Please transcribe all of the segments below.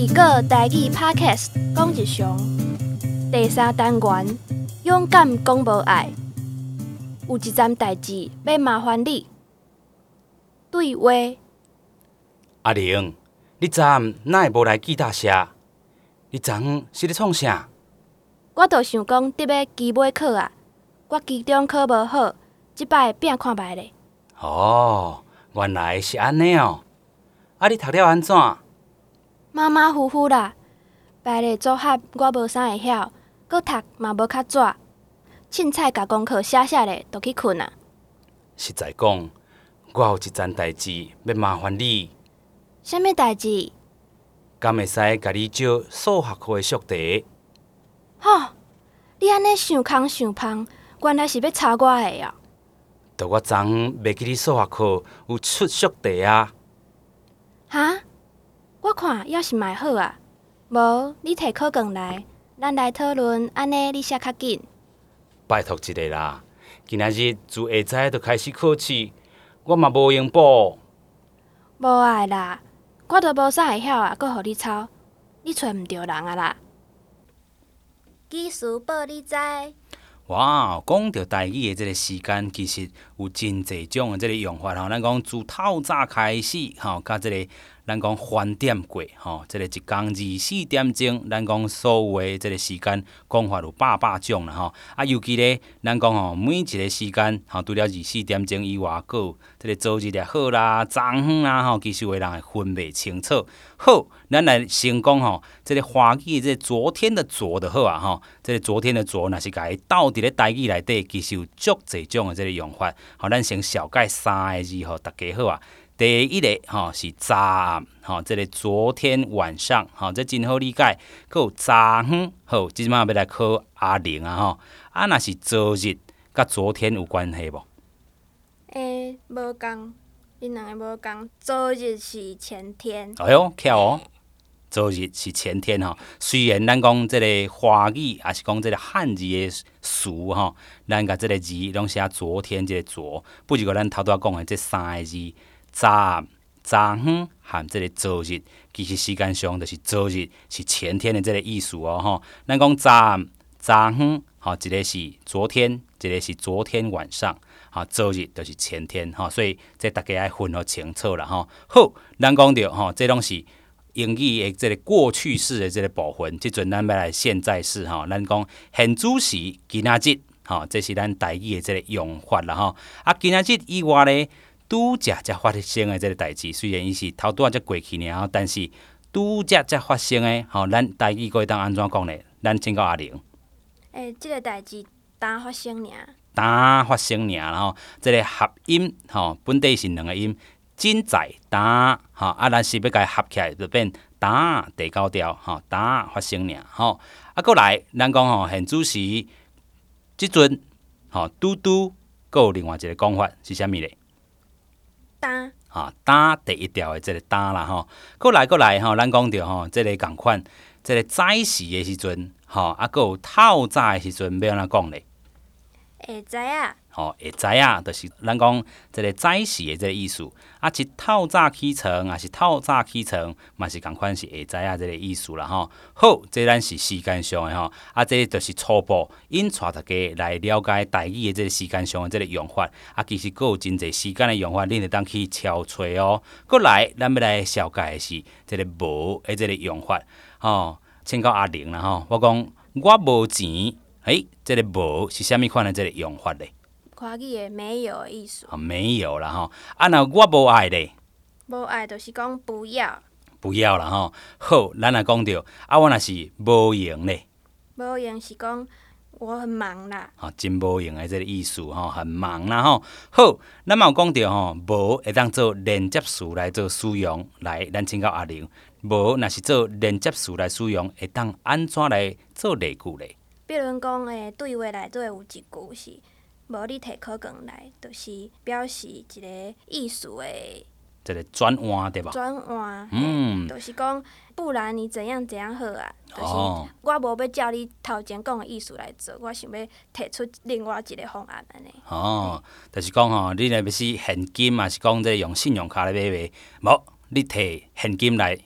个台语 Podcast 讲一常，第3单元勇敢讲无爱，有一件代志要麻烦你。对话： 阿玲，你昨暗哪会无来吉他社？你昨昏是咧创啥？ 我就想讲得要期末考啊，我期中考无好，即摆拼看觅咧。 哦，原来是安尼哦。啊，你读了安怎？ 马马虎虎啦，排列组合我无啥会晓，搁读嘛无较纸，凊彩甲功课写写咧，就去困啊。 实在讲，我有一件代志要麻烦你， 啥物代志？ 敢会使甲你借数学课的宿题？ 吼，你安尼想空想芳，原来是要抄我的哦。 就我昨昏袂记你数学课有出宿题啊。 哈？我看要是嘛好啊，无你摕课卷来，咱来讨论，安尼你写较紧。 拜托一个啦，今仔日自下早就开始考试，我嘛无用补。 无爱啦，我都无啥会晓啊，搁互你抄，你找毋着人啊啦。技术报你知。 哇，讲到台语的这个时间，其实有真侪种的这个用法吼。咱讲自透早开始吼，甲这个咱讲翻点过吼，这个一工24点钟，咱讲所有的这个时间讲法有百种啦吼。啊，尤其咧，咱讲吼每一个时间吼，除了24点钟以外，佫有这个早日也好啦，昨昏啦吼，其实有的人会分袂清楚。好，咱来先讲吼，这个华语的这个昨天的昨就好啊吼，这个昨天的昨，若是甲伊倒伫咧台语内底，其实有足侪种的这个用法。吼，咱先小解3个字，吼，大家好啊。第一个吼是昨暗，吼，这个昨天晚上，吼，这真好理解。佫有昨昏，好，即摆要来考阿玲啊吼。啊，若是昨日，甲昨天有关系无？ 无共，因两个无共。昨日是前天。 哎哟，巧哦！昨日是前天吼。虽然咱讲即个华语，也是讲即个汉字的词吼，咱甲即个字拢写昨天即个昨，不是讲咱头拄仔讲的这3个字。昨暗、昨昏和这个昨日，其实时间上就是昨日是前天的这个意思哦吼。咱讲昨暗、昨昏，吼，一个是昨天，一个是昨天晚上，吼，昨日就是前天吼，所以这大家爱分好清楚啦吼。好，咱讲到吼，这拢是英语的这个过去式的这个部分，即阵咱要来现在式吼，咱讲现主时今仔日，吼，这是咱台语的这个用法啦吼。啊，今仔日以外咧。拄则才发生的这个代志，虽然伊是头拄仔才过去尔，但是拄则才发生的，吼，咱台语可以当安怎讲呢？咱请教阿玲。 即个代志刚发生尔。 刚发生尔，然后这个合音，吼，本地是2个音，真在刚，吼，啊，咱是要甲伊合起来，就变刚第9条，吼，刚发生尔，吼，啊，过来，咱讲吼，现主时即阵，吼，拄，佫有另外一个讲法是啥物咧？ 当啊，当第1条的这个当啦吼，过来吼，咱讲着吼，这个共款，这个早时的时阵，吼，啊，佫有透早的时阵，要安怎讲咧？ 会知影。 吼，会知影，就是咱讲这个早时的这个意思。啊，是透早起床，也是透早起床，嘛是共款是会知影这个意思啦吼。好，这咱是时间上的吼，啊，这就是初步引带大家来了解台语的这个时间上的这个用法。啊，其实佫有真侪时间的用法，恁会当去敲揣哦。过来，咱要来了解的是这个无的这个用法。吼，请教阿玲啦吼，我讲我无钱，这个无是啥物款的这个用法咧？ 华语的没有的意思。 没有啦吼。啊，若我无爱咧， 无爱就是讲不要。 不要啦吼。好，咱来讲着，啊，我若是无用咧， 无用是讲我很忙啦。 吼，真无用的这个意思吼，很忙啦吼。好，咱嘛有讲着吼，无会当做连接词来做使用，来，咱请教阿玲，无若是做连接词来使用，会当安怎来做例句咧？ 比如讲，对话内底有一句是。无你摕课卷来，就是表示一个意思的这个转换对吧？ 转换，就是讲，不然你怎样怎样好啊？就是我无要照你头前讲的意思来做，我想要提出另外一个方案安尼。 就是讲吼，你若要是现金，嘛是讲这用信用卡来买，无你摕现金来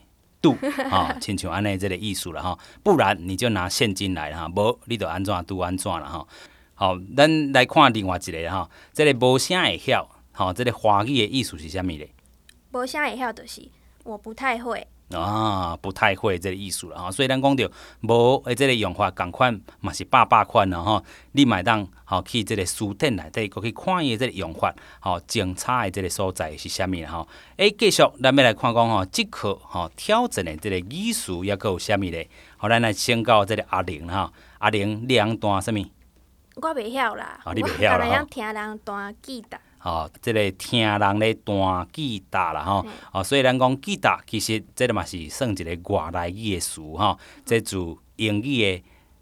赌亲像安尼这个意思啦吼。不然你就拿现金来哈，无你就安怎赌安怎啦吼。好，咱来看另外一个吼，这个无啥会晓吼，这个华语的意思是啥物咧？ 无啥会晓就是我不太会。 不太会这个意思了哈，所以咱讲到无诶，这个用法共款嘛是百款咯吼。你买当去这个书店内底，搁去看伊这个用法，精彩的这个所在是啥物啦吼？继续咱要来看讲即课挑战的这个语词，抑搁有啥物咧？咱来先到这个阿玲哈，阿玲你通弹啥物？ 我袂晓啦， 你袂晓啦我敢听人弹吉他。 这个听人咧弹吉他啦吼，所以咱讲吉他其实这个嘛是算一个外来语的词吼，这自英语的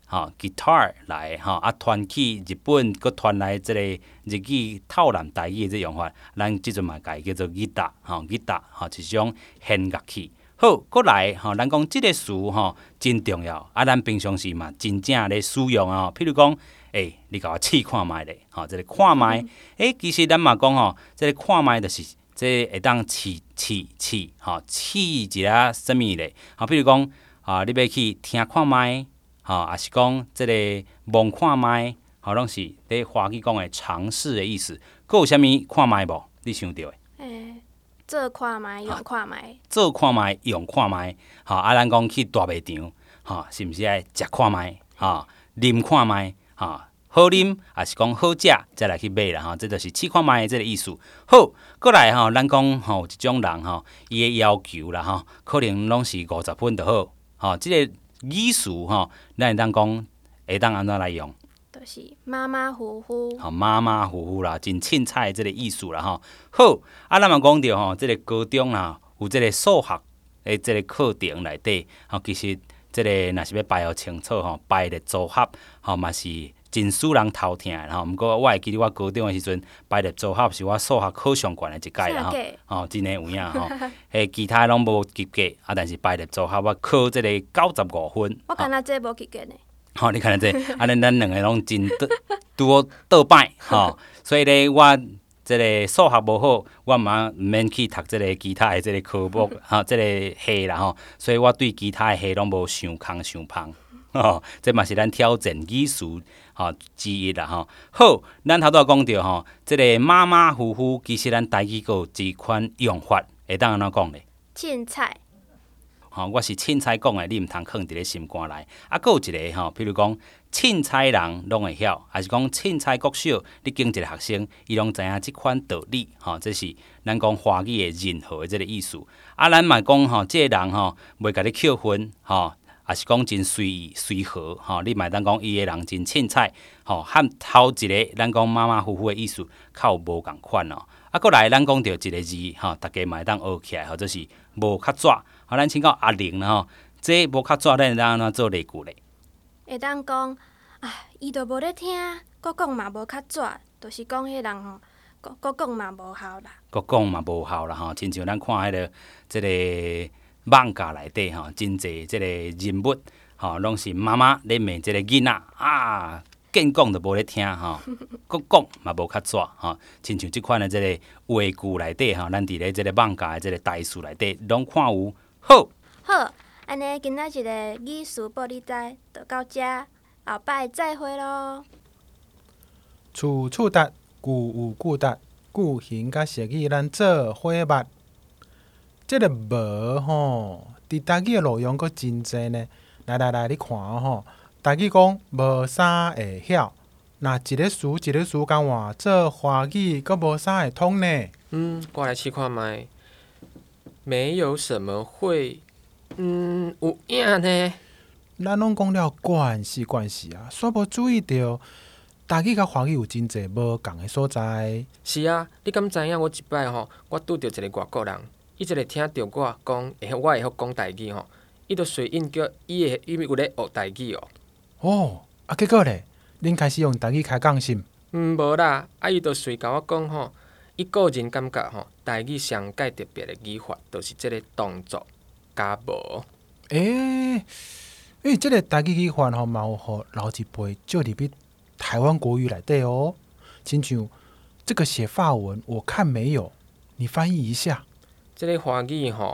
guitar 来传去日本，佮传来这个日语透南台语的这用法，咱即阵嘛改叫做吉他吉他是一种弦乐器。好，过来咱讲即个词真重要，咱平常时嘛真正咧使用譬如讲。你甲我试看卖咧，这个看卖，其实咱嘛讲这个看卖就是这会当试一下什物咧，比如讲你要去听看卖，也是讲这个望看卖，拢是咧华语讲的尝试的意思。佫有啥物看卖无？你想到的？ 做看卖，用看卖。 做看卖，用看卖，咱讲去大卖场，是毋是爱食看卖，啉看卖？好啉也是讲好食，再来去买啦这就是试看卖的这个意思。好，过来咱讲有一种人伊的要求啦可能拢是50分就好。这个语词咱会当讲会当安怎来用？ 就是马马虎虎。 马马虎虎啦，真凊彩的这个意思啦好，咱嘛讲到这个高中啦，有这个数学的这个课程内底其实这个若是要排互清楚排列组合嘛是。真使人头疼的毋过我会记得我高中的时阵，排列组合是我数学考上悬的一届啦真诶有影其他拢无及格但是排列组合我考这个95分。 我敢若这无及格呢。 你看这，咱两个拢真拄倒摆所以咧我这个数学无好，我毋免去读这个其他的这个科目这个系啦所以我对其他的系拢无想空想芳。这嘛是咱挑战语词之一啦好，咱头拄讲到这个马马虎虎，其实咱台语佫有一款用法，会当安怎讲咧？ 凊彩。 我是凊彩讲的，你毋通放伫咧心肝内。佫有一个譬如讲凊彩人拢会晓，还是讲凊彩国小，你经一个学生，伊拢知影即款道理这是咱讲华语的任何的这个意思。咱嘛讲这个人袂甲你扣分也是讲真随和你嘛当讲伊个人真凊彩和头一个咱讲马马虎虎的意思较无共款过来咱讲到一个字大家嘛会当学起来或者是无较纸咱请教阿玲啦这无较纸咱会当安怎做例句咧？ 会当讲伊都无咧听，佫讲嘛无较纸，就是讲迄人佫讲嘛无效啦。 佫讲嘛无效啦亲像咱看迄个即个。网架内底真侪即个人物拢是妈妈咧骂即个囡仔见讲都无咧听佫讲嘛无较纸亲像即款的即个话句内底咱伫咧即个网架的即个台词内底拢看有。好， 安尼今仔日的语词报你知，就到这，后摆再会咯。 处处达，句有句达，句型甲俗语咱做伙捌。这个无伫台语的路用阁真济呢。来，你看台语讲无啥会晓，那一个词讲话做华语阁无啥会通呢？ 我来试看卖。没有什么会，有影呢。 咱拢讲了惯势啊，煞无注意到台语甲华语有真济无共的所在。 是啊，你敢知影？我一摆我拄着一个外国人。伊一个听着我讲，我会晓讲台语伊就随应叫伊有咧学台语结果咧，恁开始用台语开讲是？ 无啦，伊就随甲我讲伊个人感觉台语上界特别的语法，就是即个动作加无。 因为即个台语语法嘛有互老一辈借入去台湾国语内底亲像这个写法文，我看没有，你翻译一下。 即个华语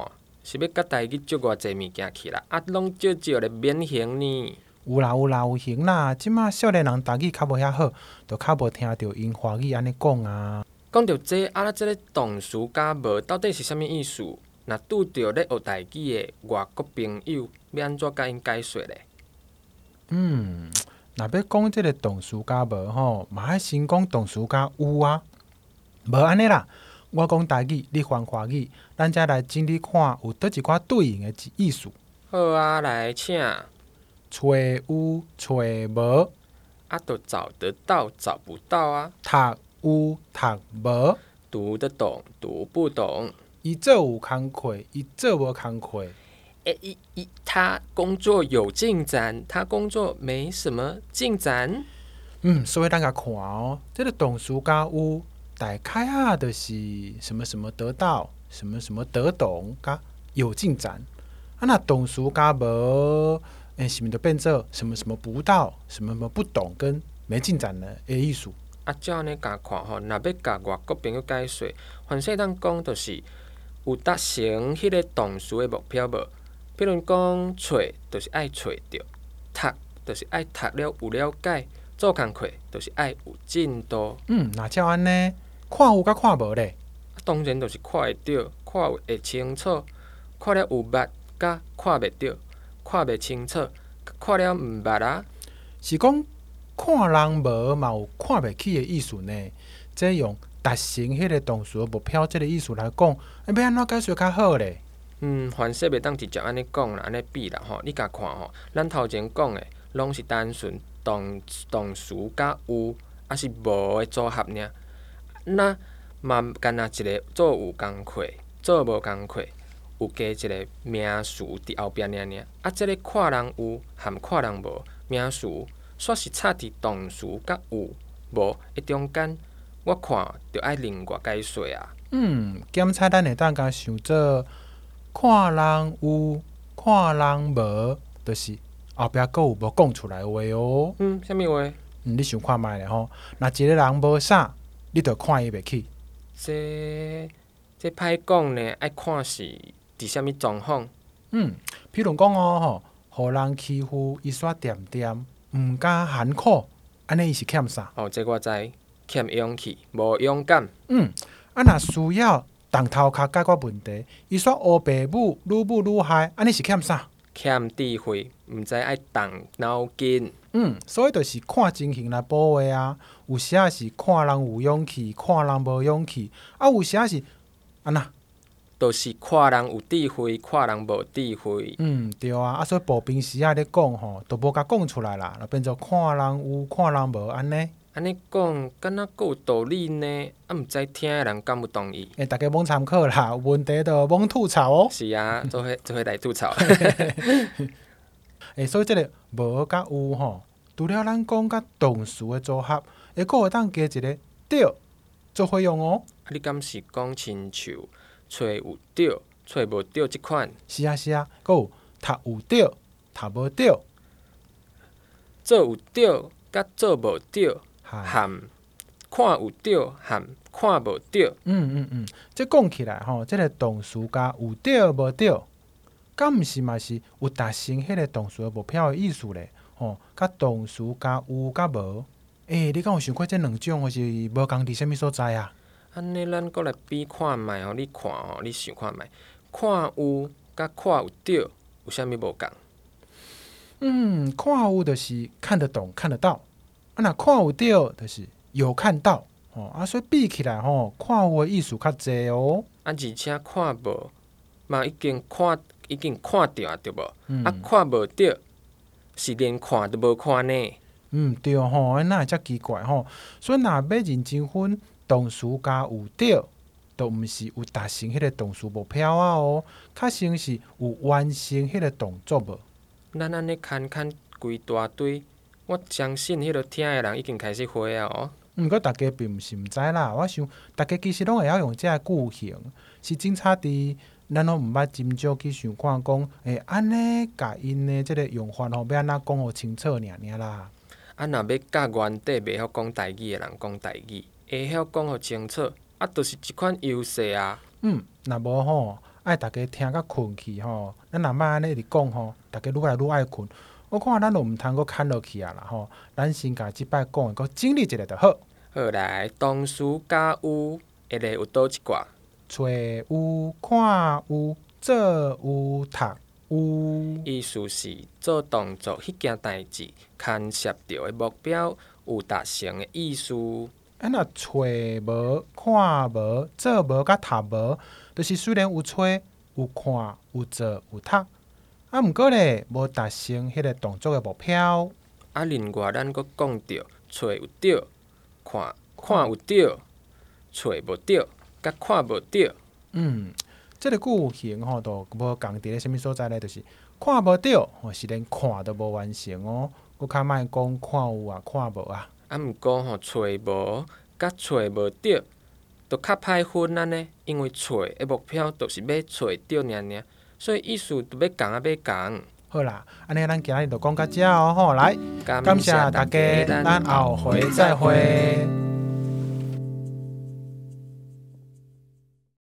是要甲台语足偌济物件去啦，啊，拢少少咧免形呢。 有啦有啦有型啦，即马少年人台语较无遐好，就较无听着因华语安尼讲啊。 讲到这，啊，这个动词甲无到底是啥物意思？若拄着咧学台语的外国朋友，要安怎甲因解说咧？ 若要讲即个动词甲无吼，嘛爱先讲动词甲有啊。无安尼啦，我讲台语，你翻华语，咱才来整理看有倒一寡对应的意思。 好啊，来请。 找有找无， 啊，都找得到，找不到啊。 读有读无， 读得懂，读不懂。 伊做有工课，伊做无工课。 他工作有进展，他工作没什么进展。 所以咱甲看哦，这个动词甲有大概啊，就是什么什么得到，什么什么得懂，甲有进展。啊，那动词甲无，是毋是就变做什么什么不到，什么什么不懂跟没进展的意思？ 啊，照安尼甲看吼，若要甲外国朋友解说，凡说咱讲就是有达成迄个动词的目标无？比如讲找，就是爱找着；读，就是爱读了有了解；做工课，就是爱有进度。 那照安尼，看有甲看无咧？ 当然就是看会着，看会清楚，看了有捌，甲看袂着，看袂清楚，看了毋捌啊。 是讲看人无嘛有看袂起的意思呢？这用达成迄个动词目标这个意思来讲，要安怎解说较好咧？ 凡说袂当直接安尼讲啦，安尼比啦吼。你甲看吼，咱头前讲的拢是单纯动词甲有，还是无的组合尔。那嘛干若一个做有工课，做无工课，有加一个名词伫后壁尔。啊，即个看人有含看人无名词，煞是插伫动词甲有无的中间。我看着爱另外解说啊。 检查咱会当甲想做看人有，看人无，就是后壁佫有无讲出来的话哦。 啥物话？ 你想看觅咧吼？若一个人无啥，你着看伊袂起。 这歹讲呢，爱看是伫啥物状况。 譬如讲哦，互人欺负，伊煞恬恬，毋敢喊苦，安尼伊是欠啥？ 这我知，欠勇气，无勇敢。 若需要动头壳解决问题，伊煞学爸母，愈母愈害，安尼是欠啥？ 欠智慧，毋知爱动脑筋。 所以就是看情形来补话啊。有时啊是看人有勇气，看人无勇气，啊有时啊是安那？ 就是看人有智慧，看人无智慧。 对啊，所以步兵时啊咧讲吼，都无甲讲出来啦，就变做看人有，看人无安尼。 安尼讲，敢若佫有道理呢？啊，毋知听的人敢有同意？ 大家罔参考啦，有问题就罔吐槽哦。 是啊，做伙来吐槽。 所以即个无甲有吼，除了咱讲甲动词的组合，佫会当加一个着做伙用哦。 你敢是讲亲像找有着，找无着即款？ 是啊，佫有读有着，读无着， 做有着甲做无着，含看有着含看无着。 这讲起来吼，这个动词甲有着无着，敢毋是嘛是有达成迄个动词的目标的意思咧？甲动词甲有甲无，你敢有想过这两种或是无共伫啥物所在啊？ 安尼咱搁来比看觅吼，你看吼，你想看觅，看有甲看有着有啥物无共？ 看有就是看得懂、看得到，若看有着就是有看到，所以比起来吼，看有的意思较济哦。 而且看无嘛已经看着对无？看无着是连看都无看呢。 对吼，那会遮奇怪吼。所以若要认真分动词加有着，都毋是有达成迄个动词目标啊哦，较像是有完成迄个动作无。 咱安尼牵规大堆，我相信迄个听的人已经开始回啊哦。 毋过大家并毋是毋知啦，我想大家其实拢会晓用遮个句型，是警察伫咱拢毋捌斟酌去想看讲，安尼甲因的即个用法吼，要安怎讲互清楚尔啦。 若要教原底袂晓讲台语的人讲台语，会晓讲互清楚，就是一款优势啊。 若无吼， 爱大家听甲困去吼。咱若莫安尼直讲吼，大家愈来愈爱困。我看咱就毋通阁牵落去啊啦吼。咱先甲即摆讲诶，阁整理一下就好。 好来，同事甲有，会个有倒一寡？ 找有、看有、做有、读有。 意思是做动作迄件代志，牵涉到的目标有达成的意思。 若找无、看无、做无甲读无，就是虽然有找、有看、有做、有读，毋过咧无达成迄个动作的目标。 另外咱阁讲到找有着，看有着，找无着，甲看无着。 即个句型吼，都无共伫咧啥物所在咧，就是看无着，是连看都无完成哦。佫较莫讲看有啊，看无啊。 毋过吼，找无甲找无着，都较歹分安尼，因为找的目标就是要找着尔，所以意思就要共啊要共。 好啦，安尼咱今日就讲到遮哦，吼，来， 感感谢大家，咱后回再会。